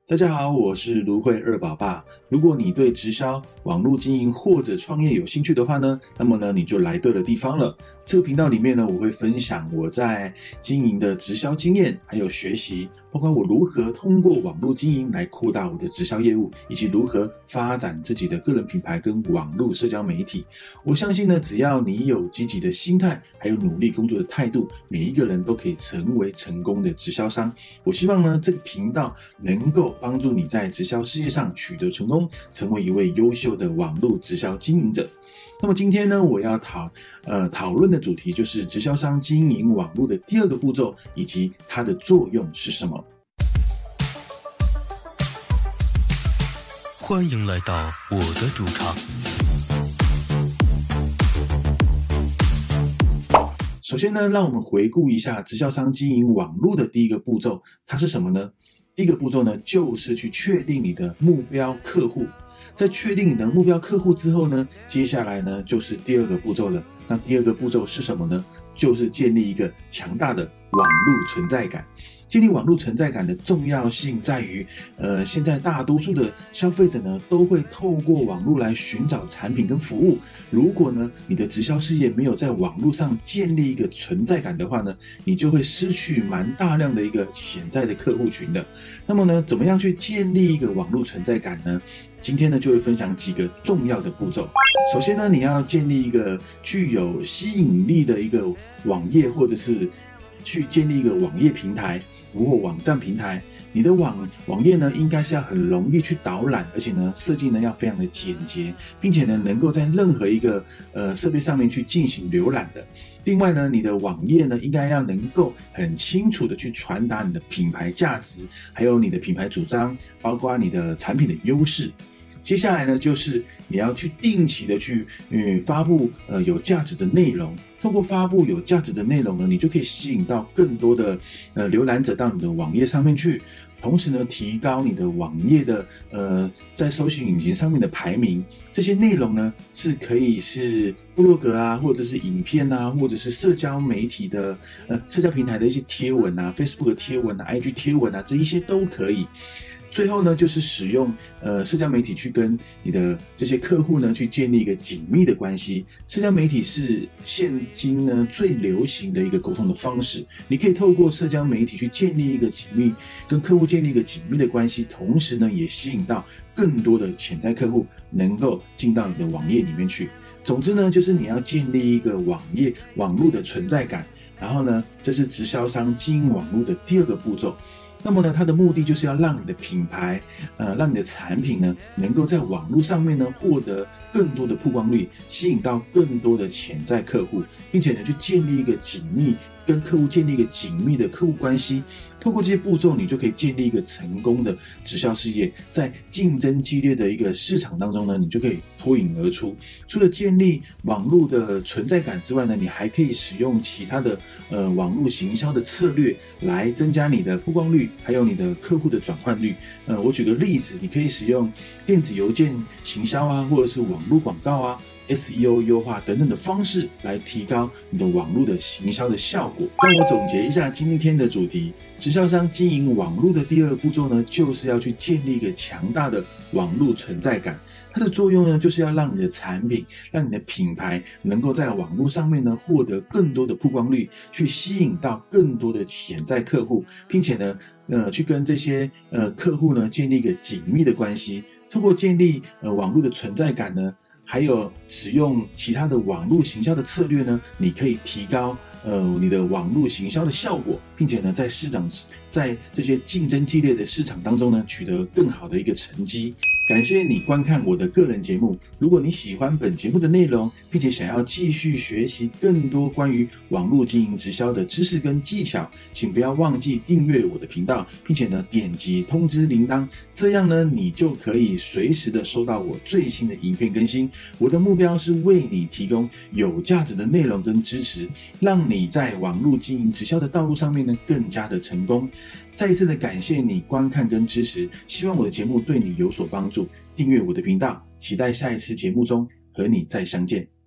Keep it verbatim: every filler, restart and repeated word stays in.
大家好，我是芦荟二宝爸。如果你对直销、网络经营或者创业有兴趣的话呢，那么呢你就来对了地方了。这个频道里面呢，我会分享我在经营的直销经验，还有学习，包括我如何通过网络经营来扩大我的直销业务，以及如何发展自己的个人品牌跟网络社交媒体。我相信呢，只要你有积极的心态，还有努力工作的态度，每一个人都可以成为成功的直销商。我希望呢，这个频道能够帮助你在直销事业上取得成功，成为一位优秀的网络直销经营者。那么今天呢，我要讨呃讨论的主题就是直销商经营网络的第二个步骤，以及它的作用是什么。 欢迎来到我的主场。 首先呢，让我们回顾一下直销商经营网络的第一个步骤，它是什么呢？第一个步骤呢，就是去确定你的目标客户。在确定你的目标客户之后呢，接下来呢就是第二个步骤了。那第二个步骤是什么呢？就是建立一个强大的网络存在感。建立网络存在感的重要性在于，呃，现在大多数的消费者呢，都会透过网络来寻找产品跟服务。如果呢，你的直销事业没有在网络上建立一个存在感的话呢，你就会失去蛮大量的一个潜在的客户群的。那么呢，怎么样去建立一个网络存在感呢？今天呢，就会分享几个重要的步骤。首先呢，你要建立一个具有吸引力的一个网页，或者是去建立一个网页平台或网站平台。你的网网页呢，应该是要很容易去导览，而且呢，设计呢要非常的简洁，并且呢，能够在任何一个呃设备上面去进行浏览的。另外呢，你的网页呢，应该要能够很清楚的去传达你的品牌价值，还有你的品牌主张，包括你的产品的优势。接下来呢，就是你要去定期的去嗯发布呃有价值的内容。透过发布有价值的内容呢，你就可以吸引到更多的呃浏览者到你的网页上面去，同时呢，提高你的网页的呃在搜寻引擎上面的排名。这些内容呢，是可以是部落格啊，或者是影片啊，或者是社交媒体的呃社交平台的一些贴文啊 ，Facebook 的贴文啊 ，I G 贴文啊，这一些都可以。最后呢，就是使用呃社交媒体去跟你的这些客户呢去建立一个紧密的关系。社交媒体是现今呢最流行的一个沟通的方式，你可以透过社交媒体去建立一个紧密，跟客户建立一个紧密的关系，同时呢也吸引到更多的潜在客户能够进到你的网页里面去。总之呢，就是你要建立一个网页网络的存在感，然后呢，这是直销商经营网络的第二个步骤。那么呢，它的目的就是要让你的品牌，呃，让你的产品呢，能够在网络上面呢获得更多的曝光率，吸引到更多的潜在客户，并且呢，去建立一个紧密跟客户建立一个紧密的客户关系。透过这些步骤，你就可以建立一个成功的直销事业。在竞争激烈的一个市场当中呢，你就可以脱颖而出。除了建立网络的存在感之外呢，你还可以使用其他的呃网络行销的策略来增加你的曝光率，还有你的客户的转换率。呃，我举个例子，你可以使用电子邮件行销啊，或者是网络广告啊。S E O 优化等等的方式来提高你的网络的行销的效果。让我总结一下今天的主题，直销商经营网络的第二个步骤呢，就是要去建立一个强大的网络存在感。它的作用呢，就是要让你的产品，让你的品牌能够在网络上面呢获得更多的曝光率，去吸引到更多的潜在客户，并且呢，呃，去跟这些呃客户呢建立一个紧密的关系。透过建立呃网络的存在感呢，还有使用其他的网络行销的策略呢，你可以提高呃你的网络行销的效果，并且呢，在市场在这些竞争激烈的市场当中呢，取得更好的一个成绩。感谢你观看我的个人节目。如果你喜欢本节目的内容，并且想要继续学习更多关于网络经营直销的知识跟技巧，请不要忘记订阅我的频道，并且呢点击通知铃铛，这样呢你就可以随时的收到我最新的影片更新。我的目标是为你提供有价值的内容跟支持，让你在网络经营直销的道路上面呢更加的成功。再一次的感谢你观看跟支持，希望我的节目对你有所帮助。订阅我的频道，期待下一次节目中和你再相见。